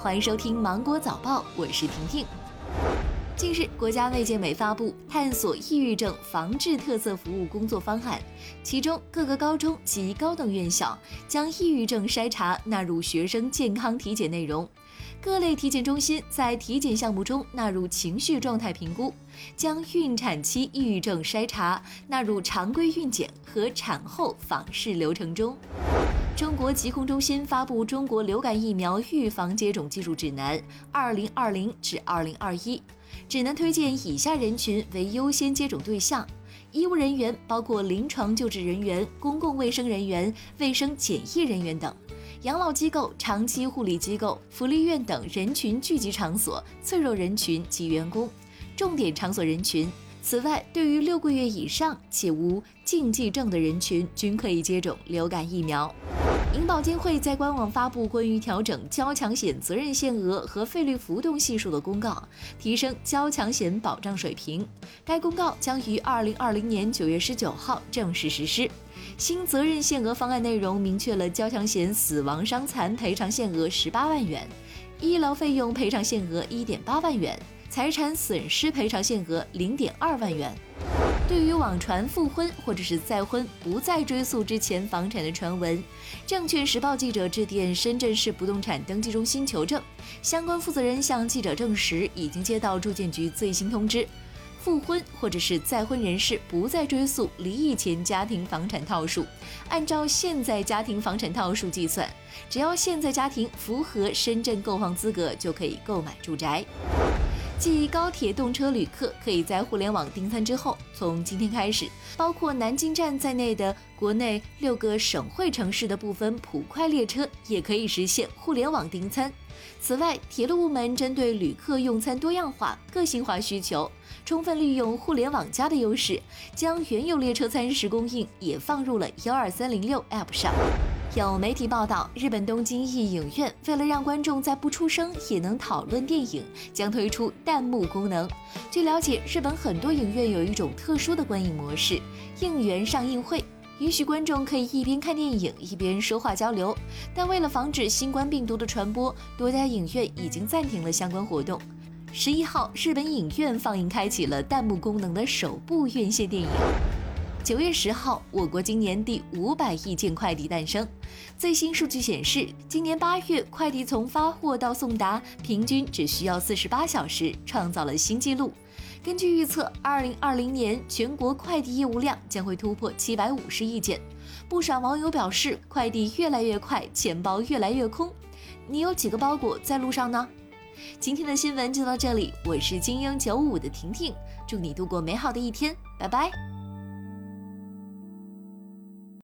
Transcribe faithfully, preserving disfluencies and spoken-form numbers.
欢迎收听芒果早报，我是婷婷。近日，国家卫健委发布探索抑郁症防治特色服务工作方案，其中各个高中及高等院校将抑郁症筛查纳入学生健康体检内容，各类体检中心在体检项目中纳入情绪状态评估，将孕产期抑郁症筛查纳入常规孕检和产后访视流程中。中国疾控中心发布《中国流感疫苗预防接种技术指南（二零二零至二零二一）》，指南推荐以下人群为优先接种对象：医务人员，包括临床救治人员、公共卫生人员、卫生检疫人员等；养老机构、长期护理机构、福利院等人群聚集场所、脆弱人群及员工；重点场所人群。此外，对于六个月以上且无禁忌症的人群，均可以接种流感疫苗。银保监会在官网发布关于调整交强险责任限额和费率浮动系数的公告，提升交强险保障水平。该公告将于二零二零年九月十九号正式实施。新责任限额方案内容明确了交强险死亡伤残赔偿限额十八万元，医疗费用赔偿限额一点八万元，财产损失赔偿限额零点二万元。对于网传复婚或者是再婚不再追溯之前房产的传闻，证券时报记者致电深圳市不动产登记中心求证，相关负责人向记者证实，已经接到住建局最新通知，复婚或者是再婚人士不再追溯离异前家庭房产套数，按照现在家庭房产套数计算，只要现在家庭符合深圳购房资格，就可以购买住宅。继高铁动车旅客可以在互联网订餐之后，从今天开始，包括南京站在内的国内六个省会城市的部分普快列车也可以实现互联网订餐。此外，铁路部门针对旅客用餐多样化、个性化需求，充分利用互联网加的优势，将原有列车餐食供应也放入了一二三零六 App 上。有媒体报道，日本东京一影院为了让观众在不出声也能讨论电影，将推出弹幕功能。据了解，日本很多影院有一种特殊的观影模式——应援上映会，允许观众可以一边看电影一边说话交流。但为了防止新冠病毒的传播，多家影院已经暂停了相关活动。十一号，日本影院放映开启了弹幕功能的首部院线电影。九月十号，我国今年第五百亿件快递诞生。最新数据显示，今年八月快递从发货到送达平均只需要四十八小时，创造了新纪录。根据预测，二零二零年全国快递业务量将会突破七百五十亿件。不少网友表示，快递越来越快，钱包越来越空。你有几个包裹在路上呢？今天的新闻就到这里，我是精英九五的婷婷，祝你度过美好的一天，拜拜。